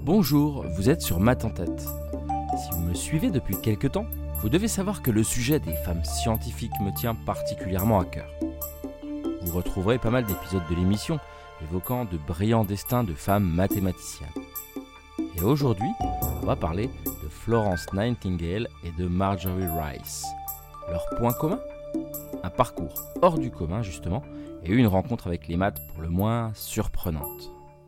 Bonjour, vous êtes sur Maths en tête. Si vous me suivez depuis quelque temps, vous devez savoir que le sujet des femmes scientifiques me tient particulièrement à cœur. Vous retrouverez pas mal d'épisodes de l'émission évoquant de brillants destins de femmes mathématiciennes. Et aujourd'hui, on va parler de Florence Nightingale et de Marjorie Rice. Leur point commun ? Un parcours hors du commun justement, et une rencontre avec les maths pour le moins surprenante.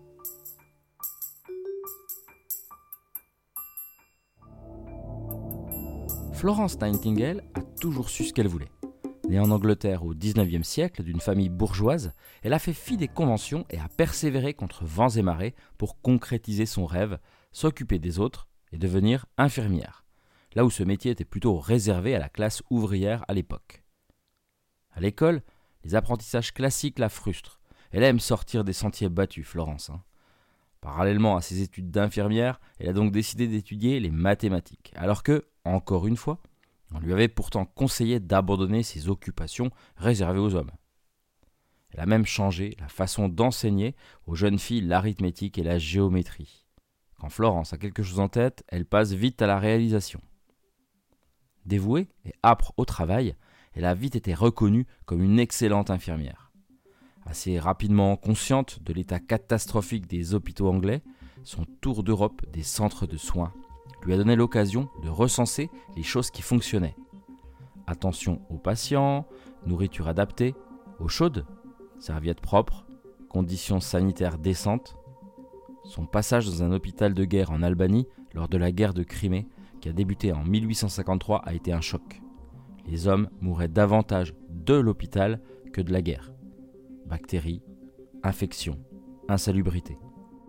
Florence Nightingale a toujours su ce qu'elle voulait. Née en Angleterre au XIXe siècle d'une famille bourgeoise, elle a fait fi des conventions et a persévéré contre vents et marées pour concrétiser son rêve, s'occuper des autres et devenir infirmière, là où ce métier était plutôt réservé à la classe ouvrière à l'époque. À l'école, les apprentissages classiques la frustrent. Elle aime sortir des sentiers battus, Florence. Parallèlement à ses études d'infirmière, elle a donc décidé d'étudier les mathématiques, alors que, encore une fois, on lui avait pourtant conseillé d'abandonner ses occupations réservées aux hommes. Elle a même changé la façon d'enseigner aux jeunes filles l'arithmétique et la géométrie. Quand Florence a quelque chose en tête, elle passe vite à la réalisation. Dévouée et âpre au travail, elle a vite été reconnue comme une excellente infirmière. Assez rapidement consciente de l'état catastrophique des hôpitaux anglais, son tour d'Europe des centres de soins lui a donné l'occasion de recenser les choses qui fonctionnaient. Attention aux patients, nourriture adaptée, eau chaude, serviettes propres, conditions sanitaires décentes. Son passage dans un hôpital de guerre en Albanie lors de la guerre de Crimée, qui a débuté en 1853, a été un choc. Les hommes mouraient davantage de l'hôpital que de la guerre. Bactéries, infections, insalubrité.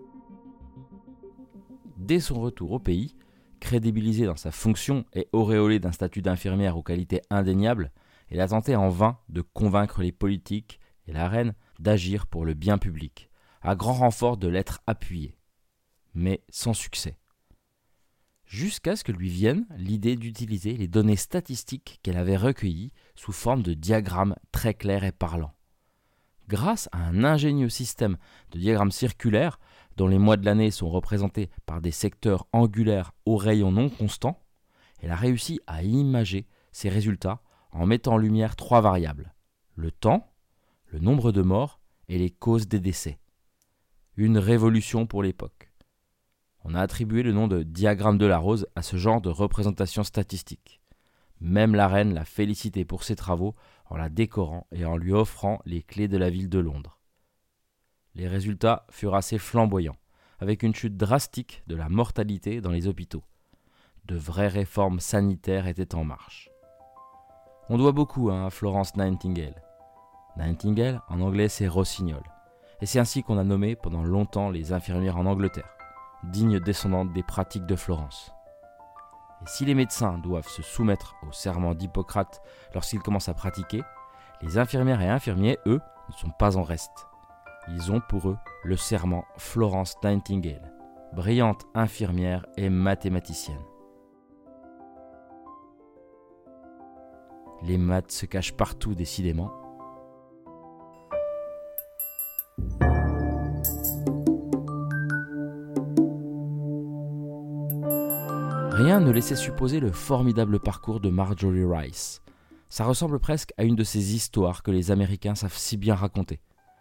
Dès son retour au pays, crédibilisée dans sa fonction et auréolée d'un statut d'infirmière aux qualités indéniables, elle a tenté en vain de convaincre les politiques et la reine d'agir pour le bien public, à grand renfort de l'être appuyée, mais sans succès. Jusqu'à ce que lui vienne l'idée d'utiliser les données statistiques qu'elle avait recueillies sous forme de diagrammes très clairs et parlants. Grâce à un ingénieux système de diagrammes circulaires, dont les mois de l'année sont représentés par des secteurs angulaires aux rayons non constants, elle a réussi à imager ces résultats en mettant en lumière 3 variables, le temps, le nombre de morts et les causes des décès. Une révolution pour l'époque. On a attribué le nom de diagramme de la rose à ce genre de représentation statistique. Même la reine l'a félicité pour ses travaux en la décorant et en lui offrant les clés de la ville de Londres. Les résultats furent assez flamboyants, avec une chute drastique de la mortalité dans les hôpitaux. De vraies réformes sanitaires étaient en marche. On doit beaucoup à Florence Nightingale. Nightingale, en anglais, c'est rossignol. Et c'est ainsi qu'on a nommé pendant longtemps les infirmières en Angleterre, dignes descendantes des pratiques de Florence. Et si les médecins doivent se soumettre au serment d'Hippocrate lorsqu'ils commencent à pratiquer, les infirmières et infirmiers, eux, ne sont pas en reste. Ils ont pour eux le serment Florence Nightingale, brillante infirmière et mathématicienne. Les maths se cachent partout décidément. Rien ne laissait supposer le formidable parcours de Marjorie Rice. Ça ressemble presque à une de ces histoires que les Américains savent si bien raconter.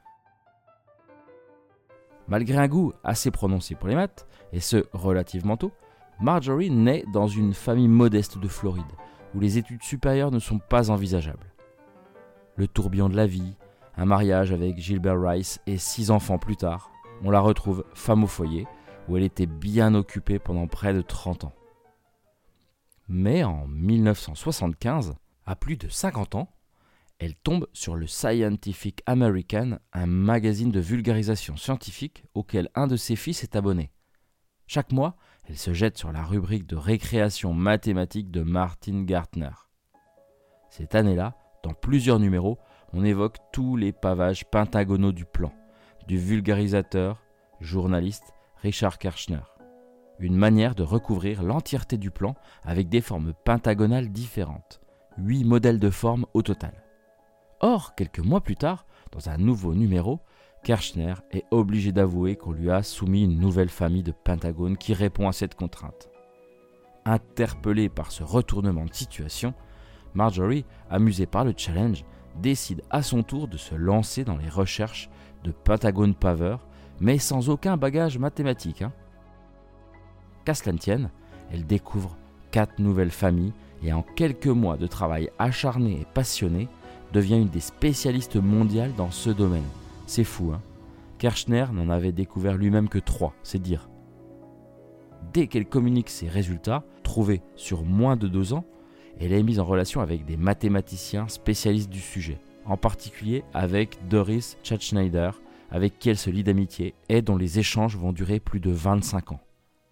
Malgré un goût assez prononcé pour les maths, et ce relativement tôt, Marjorie naît dans une famille modeste de Floride, où les études supérieures ne sont pas envisageables. Le tourbillon de la vie, un mariage avec Gilbert Rice et 6 enfants plus tard, on la retrouve femme au foyer, où elle était bien occupée pendant près de 30 ans. Mais en 1975, à plus de 50 ans, elle tombe sur le Scientific American, un magazine de vulgarisation scientifique auquel un de ses fils est abonné. Chaque mois, elle se jette sur la rubrique de récréation mathématique de Martin Gärtner. Cette année-là, dans plusieurs numéros, on évoque tous les pavages pentagonaux du plan, du vulgarisateur, journaliste Richard Kirchner. Une manière de recouvrir l'entièreté du plan avec des formes pentagonales différentes. 8 modèles de formes au total. Or, quelques mois plus tard, dans un nouveau numéro, Kirchner est obligé d'avouer qu'on lui a soumis une nouvelle famille de Pentagone qui répond à cette contrainte. Interpellée par ce retournement de situation, Marjorie, amusée par le challenge, décide à son tour de se lancer dans les recherches de Pentagone Paver, mais sans aucun bagage mathématique. Qu'à cela ne tienne, elle découvre 4 nouvelles familles et en quelques mois de travail acharné et passionné, devient une des spécialistes mondiales dans ce domaine. C'est fou, Kirchner n'en avait découvert lui-même que 3, c'est dire. Dès qu'elle communique ses résultats, trouvés sur moins de 2 ans, elle est mise en relation avec des mathématiciens spécialistes du sujet, en particulier avec Doris Schatz-Schneider, avec qui elle se lie d'amitié et dont les échanges vont durer plus de 25 ans.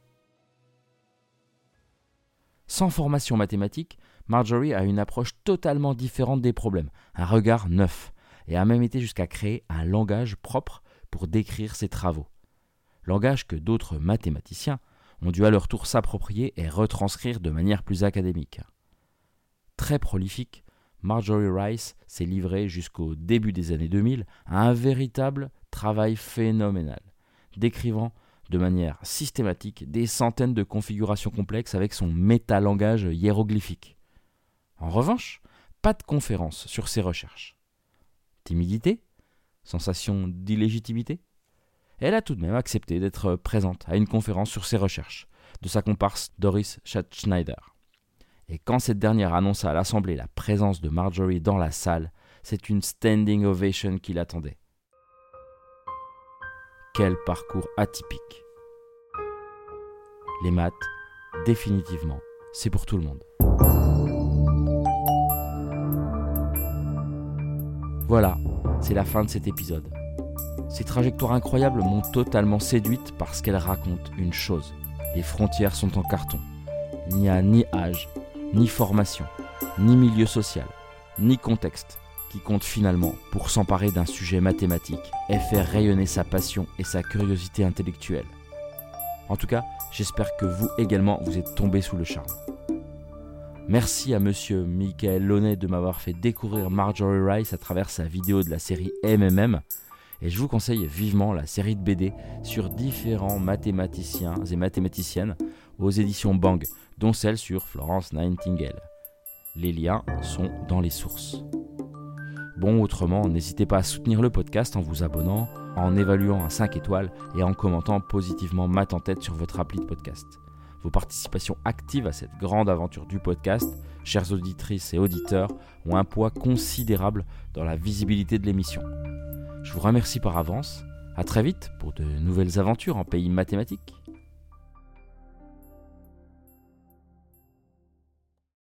Sans formation mathématique, Marjorie a une approche totalement différente des problèmes, un regard neuf, et a même été jusqu'à créer un langage propre pour décrire ses travaux. Langage que d'autres mathématiciens ont dû à leur tour s'approprier et retranscrire de manière plus académique. Très prolifique, Marjorie Rice s'est livrée jusqu'au début des années 2000 à un véritable travail phénoménal, décrivant de manière systématique des centaines de configurations complexes avec son métalangage hiéroglyphique. En revanche, pas de conférence sur ses recherches. Timidité ? Sensation d'illégitimité ? Elle a tout de même accepté d'être présente à une conférence sur ses recherches de sa comparse Doris Schatz-Schneider. Et quand cette dernière annonça à l'Assemblée la présence de Marjorie dans la salle, c'est une standing ovation qui l'attendait. Quel parcours atypique. Les maths, définitivement, c'est pour tout le monde. Voilà, c'est la fin de cet épisode. Ces trajectoires incroyables m'ont totalement séduite parce qu'elles racontent une chose. Les frontières sont en carton. Il n'y a ni âge, ni formation, ni milieu social, ni contexte qui compte finalement pour s'emparer d'un sujet mathématique et faire rayonner sa passion et sa curiosité intellectuelle. En tout cas, j'espère que vous également vous êtes tombés sous le charme. Merci à monsieur Michael Launay de m'avoir fait découvrir Marjorie Rice à travers sa vidéo de la série MMM. Et je vous conseille vivement la série de BD sur différents mathématiciens et mathématiciennes aux éditions Bang, dont celle sur Florence Nightingale. Les liens sont dans les sources. Bon, autrement, n'hésitez pas à soutenir le podcast en vous abonnant, en évaluant un 5 étoiles et en commentant positivement Math en tête sur votre appli de podcast. Vos participations actives à cette grande aventure du podcast, chères auditrices et auditeurs, ont un poids considérable dans la visibilité de l'émission. Je vous remercie par avance. À très vite pour de nouvelles aventures en pays mathématiques.